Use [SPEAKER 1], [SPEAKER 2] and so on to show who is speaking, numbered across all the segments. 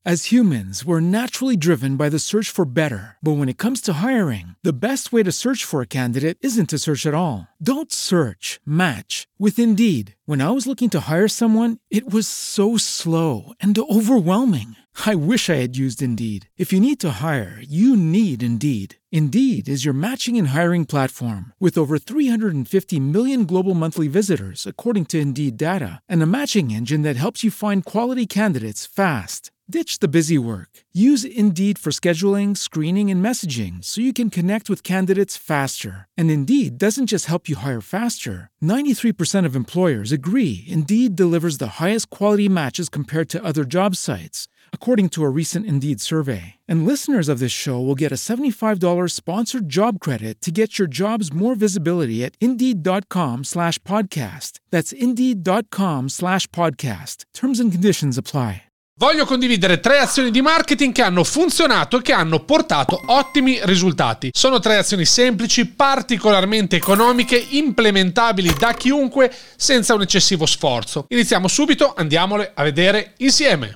[SPEAKER 1] As humans, we're naturally driven by the search for better. But when it comes to hiring, the best way to search for a candidate isn't to search at all. Don't search, match with Indeed. When I was looking to hire someone, it was so slow and overwhelming. I wish I had used Indeed. If you need to hire, you need Indeed. Indeed is your matching and hiring platform with over 350 million global monthly visitors, according to Indeed data, and a matching engine that helps you find quality candidates fast. Ditch the busy work. Use Indeed for scheduling, screening, and messaging so you can connect with candidates faster. And Indeed doesn't just help you hire faster. 93% of employers agree Indeed delivers the highest quality matches compared to other job sites, according to a recent Indeed survey. And listeners of this show will get a $75 sponsored job credit to get your jobs more visibility at Indeed.com/podcast. That's Indeed.com/podcast. Terms and conditions apply.
[SPEAKER 2] Voglio condividere 3 azioni di marketing che hanno funzionato e che hanno portato ottimi risultati. Sono 3 azioni semplici, particolarmente economiche, implementabili da chiunque senza un eccessivo sforzo. Iniziamo subito, andiamole a vedere insieme.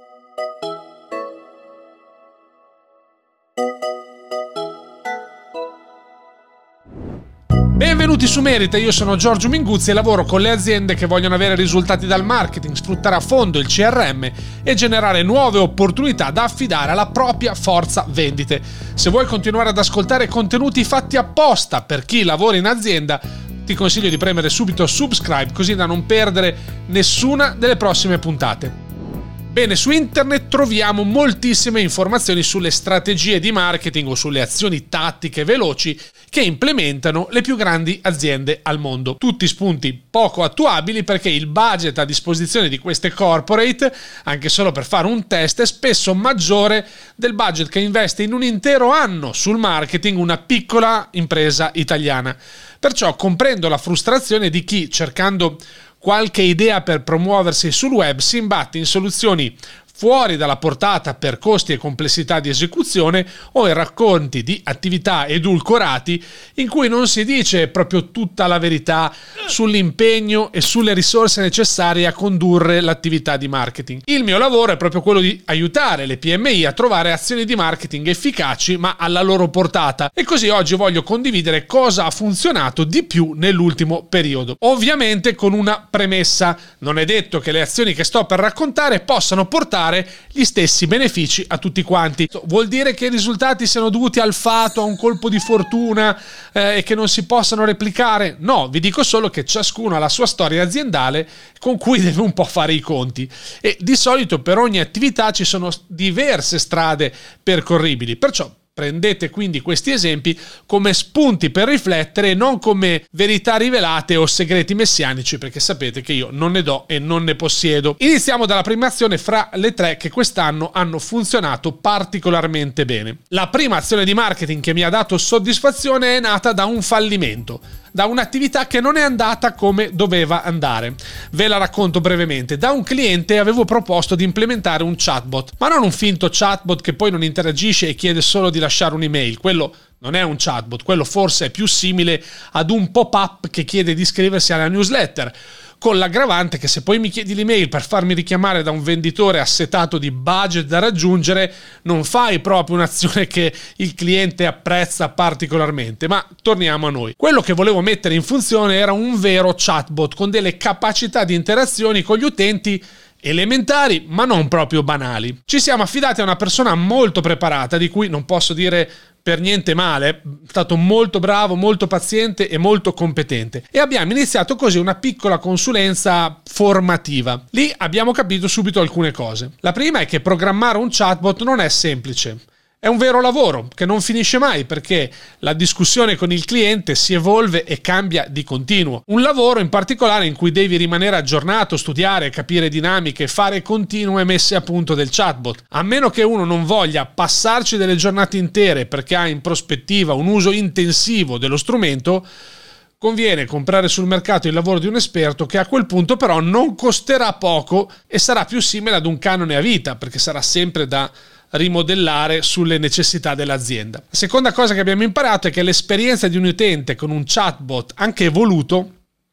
[SPEAKER 2] Benvenuti su Merita, io sono Giorgio Minguzzi e lavoro con le aziende che vogliono avere risultati dal marketing, sfruttare a fondo il CRM e generare nuove opportunità da affidare alla propria forza vendite. Se vuoi continuare ad ascoltare contenuti fatti apposta per chi lavora in azienda, ti consiglio di premere subito subscribe così da non perdere nessuna delle prossime puntate. Bene, su internet troviamo moltissime informazioni sulle strategie di marketing o sulle azioni tattiche veloci che implementano le più grandi aziende al mondo. Tutti spunti poco attuabili perché il budget a disposizione di queste corporate, anche solo per fare un test, è spesso maggiore del budget che investe in un intero anno sul marketing una piccola impresa italiana. Perciò comprendo la frustrazione di chi, cercando qualche idea per promuoversi sul web, si imbatte in soluzioni fuori dalla portata per costi e complessità di esecuzione o in racconti di attività edulcorati in cui non si dice proprio tutta la verità sull'impegno e sulle risorse necessarie a condurre l'attività di marketing. Il mio lavoro è proprio quello di aiutare le PMI a trovare azioni di marketing efficaci ma alla loro portata, e così oggi voglio condividere cosa ha funzionato di più nell'ultimo periodo. Ovviamente con una premessa: non è detto che le azioni che sto per raccontare possano portare gli stessi benefici a tutti quanti. Vuol dire che i risultati siano dovuti al fato, a un colpo di fortuna e che non si possano replicare? No, vi dico solo che ciascuno ha la sua storia aziendale con cui deve un po' fare i conti, e di solito per ogni attività ci sono diverse strade percorribili, perciò prendete quindi questi esempi come spunti per riflettere e non come verità rivelate o segreti messianici, perché sapete che io non ne do e non ne possiedo. Iniziamo dalla prima azione fra le 3 che quest'anno hanno funzionato particolarmente bene. La prima azione di marketing che mi ha dato soddisfazione è nata da un fallimento, da un'attività che non è andata come doveva andare. Ve la racconto brevemente. Da un cliente avevo proposto di implementare un chatbot, ma non un finto chatbot che poi non interagisce e chiede solo di lasciare un'email. Quello non è un chatbot, quello forse è più simile ad un pop-up che chiede di iscriversi alla newsletter, con l'aggravante che se poi mi chiedi l'email per farmi richiamare da un venditore assetato di budget da raggiungere, non fai proprio un'azione che il cliente apprezza particolarmente. Ma torniamo a noi. Quello che volevo mettere in funzione era un vero chatbot con delle capacità di interazioni con gli utenti elementari ma non proprio banali. Ci siamo affidati a una persona molto preparata, di cui non posso dire per niente male, è stato molto bravo, molto paziente e molto competente, e abbiamo iniziato così una piccola consulenza formativa. Lì abbiamo capito subito alcune cose. La prima è che programmare un chatbot non è semplice. È un vero lavoro che non finisce mai, perché la discussione con il cliente si evolve e cambia di continuo. Un lavoro in particolare in cui devi rimanere aggiornato, studiare, capire dinamiche, fare continue messe a punto del chatbot. A meno che uno non voglia passarci delle giornate intere perché ha in prospettiva un uso intensivo dello strumento, conviene comprare sul mercato il lavoro di un esperto, che a quel punto però non costerà poco e sarà più simile ad un canone a vita, perché sarà sempre da rimodellare sulle necessità dell'azienda. La seconda cosa che abbiamo imparato è che l'esperienza di un utente con un chatbot anche evoluto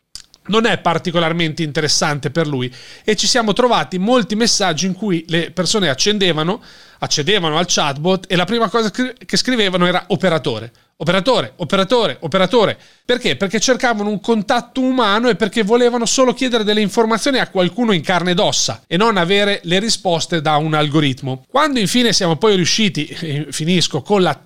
[SPEAKER 2] non è particolarmente interessante per lui, e ci siamo trovati molti messaggi in cui le persone accedevano al chatbot e la prima cosa che scrivevano era operatore. Perché? Perché cercavano un contatto umano e perché volevano solo chiedere delle informazioni a qualcuno in carne ed ossa e non avere le risposte da un algoritmo. Quando infine siamo poi riusciti, finisco con la,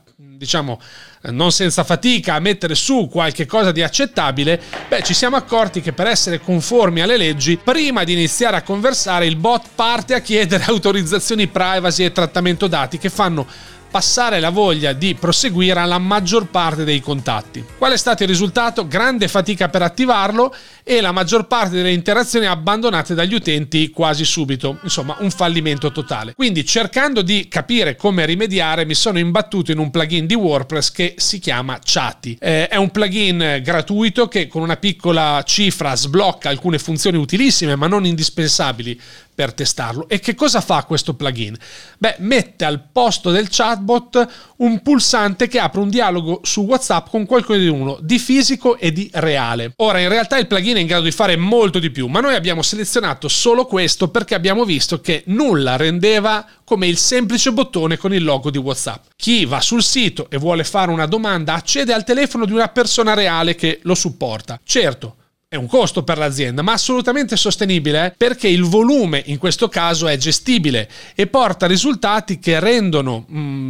[SPEAKER 2] non senza fatica, a mettere su qualche cosa di accettabile, ci siamo accorti che per essere conformi alle leggi, prima di iniziare a conversare, il bot parte a chiedere autorizzazioni privacy e trattamento dati che fanno passare la voglia di proseguire alla maggior parte dei contatti. Qual è stato il risultato? Grande fatica per attivarlo e la maggior parte delle interazioni abbandonate dagli utenti quasi subito. Insomma, un fallimento totale. Quindi, cercando di capire come rimediare, mi sono imbattuto in un plugin di WordPress che si chiama Chatty. È un plugin gratuito che con una piccola cifra sblocca alcune funzioni utilissime ma non indispensabili per testarlo. E che cosa fa questo plugin? Mette al posto del chatbot un pulsante che apre un dialogo su WhatsApp con qualcuno di fisico e di reale. Ora, in realtà il plugin è in grado di fare molto di più, ma noi abbiamo selezionato solo questo perché abbiamo visto che nulla rendeva come il semplice bottone con il logo di WhatsApp. Chi va sul sito e vuole fare una domanda accede al telefono di una persona reale che lo supporta. Certo, è un costo per l'azienda, ma assolutamente sostenibile, perché il volume in questo caso è gestibile e porta risultati che rendono,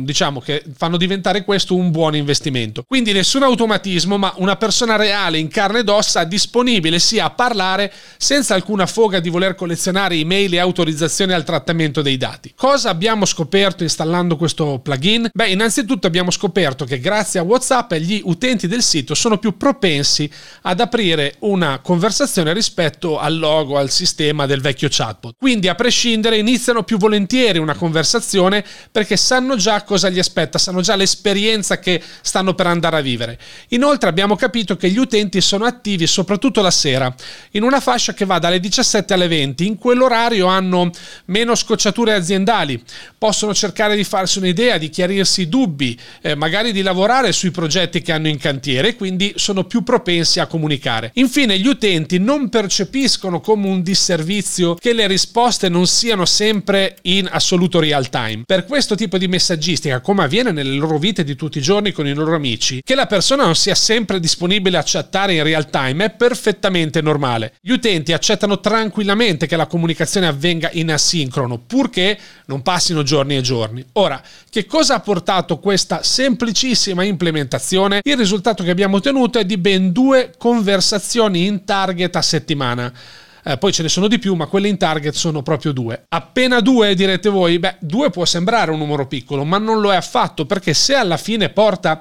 [SPEAKER 2] che fanno diventare questo un buon investimento. Quindi nessun automatismo, ma una persona reale in carne ed ossa disponibile sia a parlare senza alcuna foga di voler collezionare email e autorizzazioni al trattamento dei dati. Cosa abbiamo scoperto installando questo plugin? Innanzitutto abbiamo scoperto che grazie a WhatsApp gli utenti del sito sono più propensi ad aprire una conversazione rispetto al logo, al sistema del vecchio chatbot. Quindi, a prescindere, iniziano più volentieri una conversazione perché sanno già cosa gli aspetta, sanno già l'esperienza che stanno per andare a vivere. Inoltre abbiamo capito che gli utenti sono attivi soprattutto la sera, in una fascia che va dalle 17 alle 20. In quell'orario hanno meno scocciature aziendali, possono cercare di farsi un'idea, di chiarirsi i dubbi, magari di lavorare sui progetti che hanno in cantiere, quindi sono più propensi a comunicare. Infine, gli utenti non percepiscono come un disservizio che le risposte non siano sempre in assoluto real time. Per questo tipo di messaggistica, come avviene nelle loro vite di tutti i giorni con i loro amici, che la persona non sia sempre disponibile a chattare in real time è perfettamente normale. Gli utenti accettano tranquillamente che la comunicazione avvenga in asincrono, purché non passino giorni e giorni. Ora, che cosa ha portato questa semplicissima implementazione? Il risultato che abbiamo ottenuto è di ben 2 conversazioni in target a settimana. Poi ce ne sono di più, ma quelle in target sono proprio 2. Appena 2, direte voi? 2 può sembrare un numero piccolo, ma non lo è affatto, perché se alla fine porta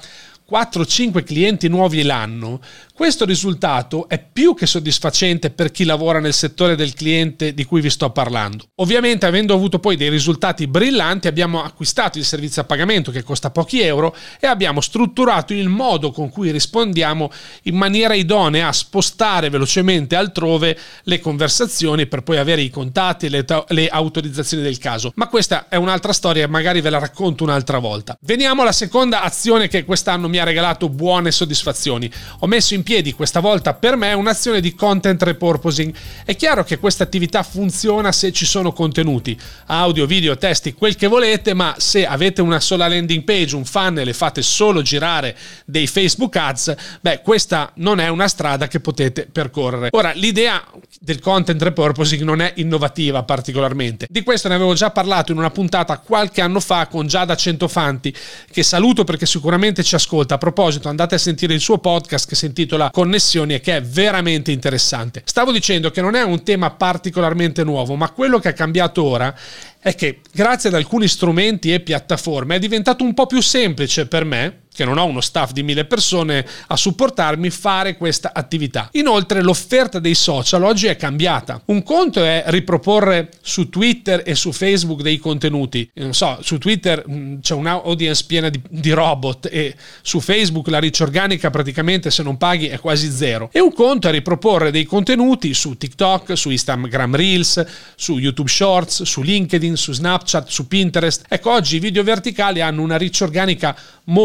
[SPEAKER 2] 4-5 clienti nuovi l'anno, questo risultato è più che soddisfacente per chi lavora nel settore del cliente di cui vi sto parlando. Ovviamente, avendo avuto poi dei risultati brillanti, abbiamo acquistato il servizio a pagamento che costa pochi euro e abbiamo strutturato il modo con cui rispondiamo in maniera idonea a spostare velocemente altrove le conversazioni per poi avere i contatti e le autorizzazioni del caso. Ma questa è un'altra storia e magari ve la racconto un'altra volta. Veniamo alla seconda azione che quest'anno mi ha regalato buone soddisfazioni. Ho messo in piedi questa volta per me un'azione di content repurposing. È chiaro che questa attività funziona se ci sono contenuti, audio, video, testi, quel che volete, ma se avete una sola landing page, un funnel e fate solo girare dei Facebook ads, questa non è una strada che potete percorrere. Ora, l'idea del content repurposing non è innovativa particolarmente. Di questo ne avevo già parlato in una puntata qualche anno fa con Giada Centofanti, che saluto perché sicuramente ci ascolta. A proposito, andate a sentire il suo podcast che si intitola Connessioni e che è veramente interessante. Stavo dicendo che non è un tema particolarmente nuovo, ma quello che è cambiato ora è che grazie ad alcuni strumenti e piattaforme è diventato un po' più semplice per me, che non ho uno staff di 1000 persone a supportarmi, fare questa attività. Inoltre l'offerta dei social oggi è cambiata. Un conto è riproporre su Twitter e su Facebook dei contenuti. Non so, su Twitter c'è un'audience piena di robot e su Facebook la reach organica praticamente, se non paghi, è quasi zero. E un conto è riproporre dei contenuti su TikTok, su Instagram Reels, su YouTube Shorts, su LinkedIn, su Snapchat, su Pinterest. Ecco, oggi i video verticali hanno una reach organica molto generosa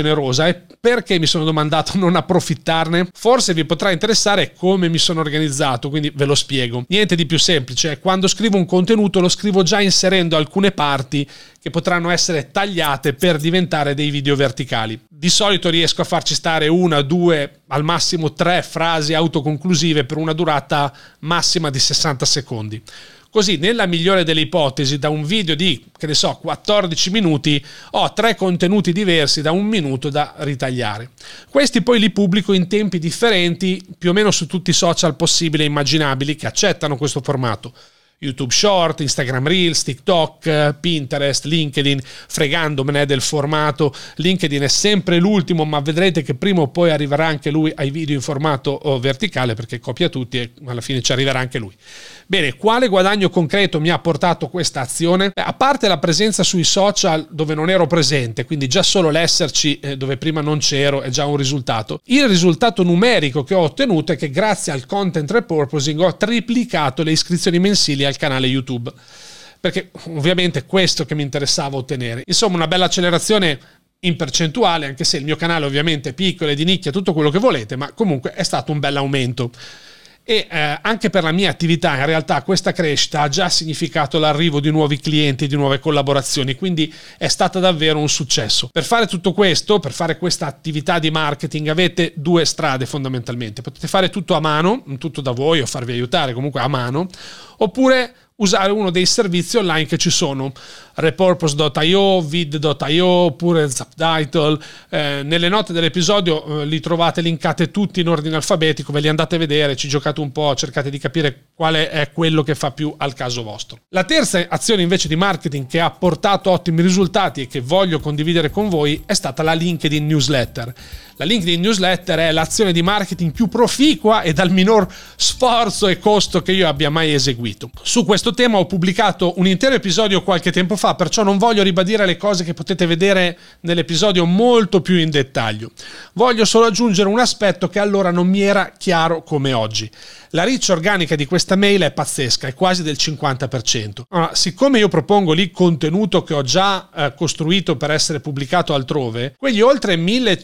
[SPEAKER 2] generosa. E perché, mi sono domandato, non approfittarne? Forse vi potrà interessare come mi sono organizzato, quindi ve lo spiego. Niente di più semplice: quando scrivo un contenuto lo scrivo già inserendo alcune parti che potranno essere tagliate per diventare dei video verticali. Di solito riesco a farci stare 1, 2, al massimo 3 frasi autoconclusive per una durata massima di 60 secondi. Così, nella migliore delle ipotesi, da un video di, 14 minuti, ho 3 contenuti diversi da 1 minuto da ritagliare. Questi poi li pubblico in tempi differenti, più o meno su tutti i social possibili e immaginabili che accettano questo formato. YouTube Short, Instagram Reels, TikTok, Pinterest, LinkedIn, fregandomene del formato. LinkedIn è sempre l'ultimo, ma vedrete che prima o poi arriverà anche lui ai video in formato verticale, perché copia tutti e alla fine ci arriverà anche lui. Bene, quale guadagno concreto mi ha portato questa azione? A parte la presenza sui social dove non ero presente, quindi già solo l'esserci dove prima non c'ero è già un risultato. Il risultato numerico che ho ottenuto è che grazie al content repurposing ho triplicato le iscrizioni mensili al canale YouTube, perché ovviamente è questo che mi interessava ottenere. Insomma, una bella accelerazione in percentuale, anche se il mio canale ovviamente è piccolo e di nicchia, tutto quello che volete, ma comunque è stato un bel aumento. E anche per la mia attività in realtà questa crescita ha già significato l'arrivo di nuovi clienti, di nuove collaborazioni, quindi è stata davvero un successo. Per fare tutto questo, per fare questa attività di marketing, avete 2 strade fondamentalmente. Potete fare tutto a mano, tutto da voi, o farvi aiutare comunque a mano, oppure usare uno dei servizi online che ci sono, repurpose.io, vid.io oppure Zaptitle. Nelle note dell'episodio li trovate linkate tutti in ordine alfabetico, ve li andate a vedere, ci giocate un po', cercate di capire quale è quello che fa più al caso vostro. La terza azione invece di marketing che ha portato ottimi risultati e che voglio condividere con voi è stata la LinkedIn Newsletter. La LinkedIn Newsletter è l'azione di marketing più proficua e dal minor sforzo e costo che io abbia mai eseguito. Su questo tema ho pubblicato un intero episodio qualche tempo fa, perciò non voglio ribadire le cose che potete vedere nell'episodio molto più in dettaglio. Voglio solo aggiungere un aspetto che allora non mi era chiaro come oggi. La reach organica di questa mail è pazzesca, è quasi del 50%. Allora, siccome io propongo lì contenuto che ho già costruito per essere pubblicato altrove, quegli oltre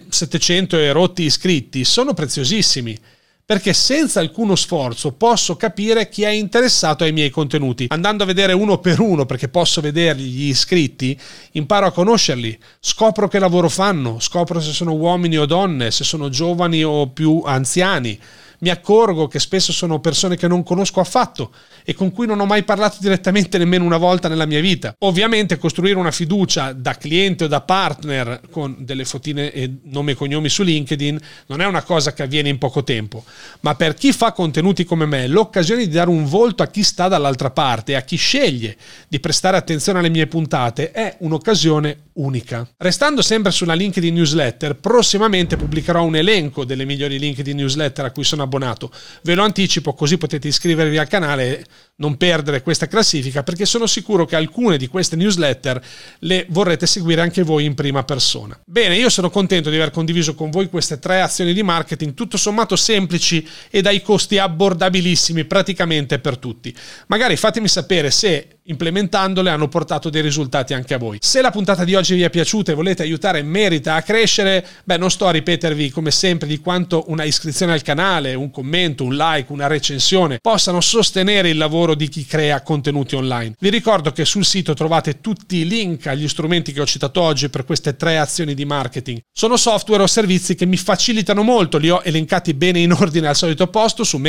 [SPEAKER 2] 1700 e rotti iscritti sono preziosissimi, perché senza alcuno sforzo posso capire chi è interessato ai miei contenuti. Andando a vedere uno per uno, perché posso vedergli gli iscritti, imparo a conoscerli, scopro che lavoro fanno, scopro se sono uomini o donne, se sono giovani o più anziani. Mi accorgo che spesso sono persone che non conosco affatto e con cui non ho mai parlato direttamente nemmeno una volta nella mia vita. Ovviamente costruire una fiducia da cliente o da partner con delle fotine e nomi e cognomi su LinkedIn non è una cosa che avviene in poco tempo, ma per chi fa contenuti come me l'occasione di dare un volto a chi sta dall'altra parte e a chi sceglie di prestare attenzione alle mie puntate è un'occasione unica. Restando sempre sulla LinkedIn Newsletter, prossimamente pubblicherò un elenco delle migliori LinkedIn Newsletter a cui sono abbonato. Ve lo anticipo, così potete iscrivervi al canale e non perdere questa classifica, perché sono sicuro che alcune di queste newsletter le vorrete seguire anche voi in prima persona. Bene, io sono contento di aver condiviso con voi queste 3 azioni di marketing tutto sommato semplici e dai costi abbordabilissimi praticamente per tutti. Magari fatemi sapere se implementandole hanno portato dei risultati anche a voi. Se la puntata di oggi vi è piaciuta e volete aiutare Merita a crescere, non sto a ripetervi come sempre di quanto una iscrizione al canale, un commento, un like, una recensione possano sostenere il lavoro di chi crea contenuti online. Vi ricordo che sul sito trovate tutti i link agli strumenti che ho citato oggi per queste 3 azioni di marketing. Sono software o servizi che mi facilitano molto, li ho elencati bene in ordine al solito posto su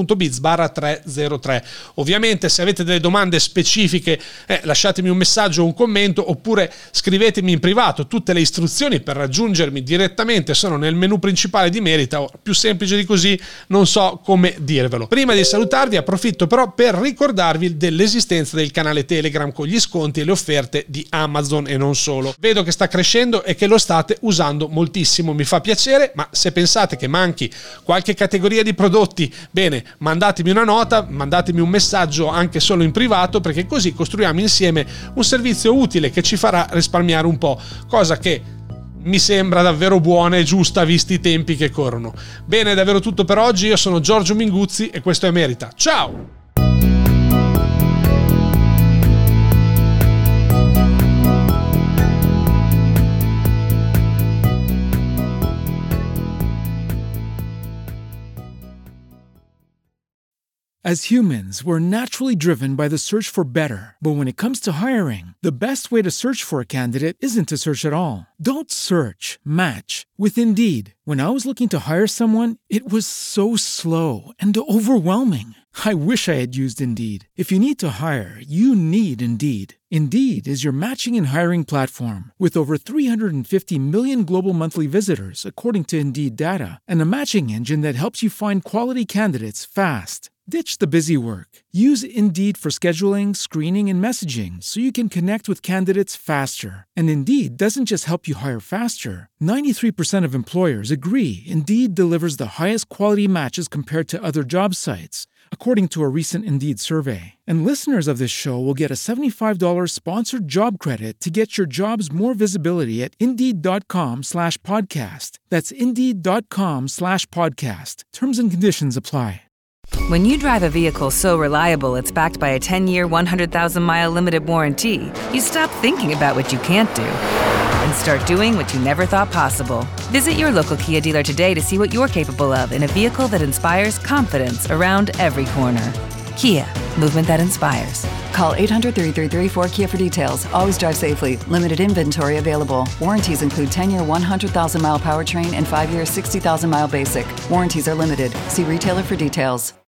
[SPEAKER 2] merita.biz/303. Ovviamente se avete delle domande specifiche lasciatemi un messaggio o un commento, oppure scrivetemi in privato. Tutte le istruzioni per raggiungermi direttamente sono nel menu principale di Merita, o più semplice di così non so come dirvelo. Prima di salutarvi approfitto però per ricordarvi dell'esistenza del canale Telegram con gli sconti e le offerte di Amazon e non solo. Vedo che sta crescendo e che lo state usando moltissimo, mi fa piacere, ma se pensate che manchi qualche categoria di prodotti, bene, mandatemi una nota, mandatemi un messaggio anche solo in privato, perché così costruiamo insieme un servizio utile che ci farà risparmiare un po', cosa che mi sembra davvero buona e giusta visti i tempi che corrono. Bene, è davvero tutto per oggi. Io sono Giorgio Minguzzi e questo è Merita. Ciao!
[SPEAKER 1] As humans, we're naturally driven by the search for better. But when it comes to hiring, the best way to search for a candidate isn't to search at all. Don't search, match with Indeed. When I was looking to hire someone, it was so slow and overwhelming. I wish I had used Indeed. If you need to hire, you need Indeed. Indeed is your matching and hiring platform with over 350 million global monthly visitors, according to Indeed data, and a matching engine that helps you find quality candidates fast. Ditch the busy work. Use Indeed for scheduling, screening, and messaging so you can connect with candidates faster. And Indeed doesn't just help you hire faster. 93% of employers agree Indeed delivers the highest quality matches compared to other job sites, according to a recent Indeed survey. And listeners of this show will get a $75 sponsored job credit to get your jobs more visibility at Indeed.com/podcast. That's Indeed.com/podcast. Terms and conditions apply.
[SPEAKER 3] When you drive a vehicle so reliable it's backed by a 10-year, 100,000-mile limited warranty, you stop thinking about what you can't do and start doing what you never thought possible. Visit your local Kia dealer today to see what you're capable of in a vehicle that inspires confidence around every corner. Kia, movement that inspires.
[SPEAKER 4] Call 800-333-4KIA for details. Always drive safely. Limited inventory available. Warranties include 10-year 100,000-mile powertrain and 5-year 60,000-mile basic. Warranties are limited. See retailer for details.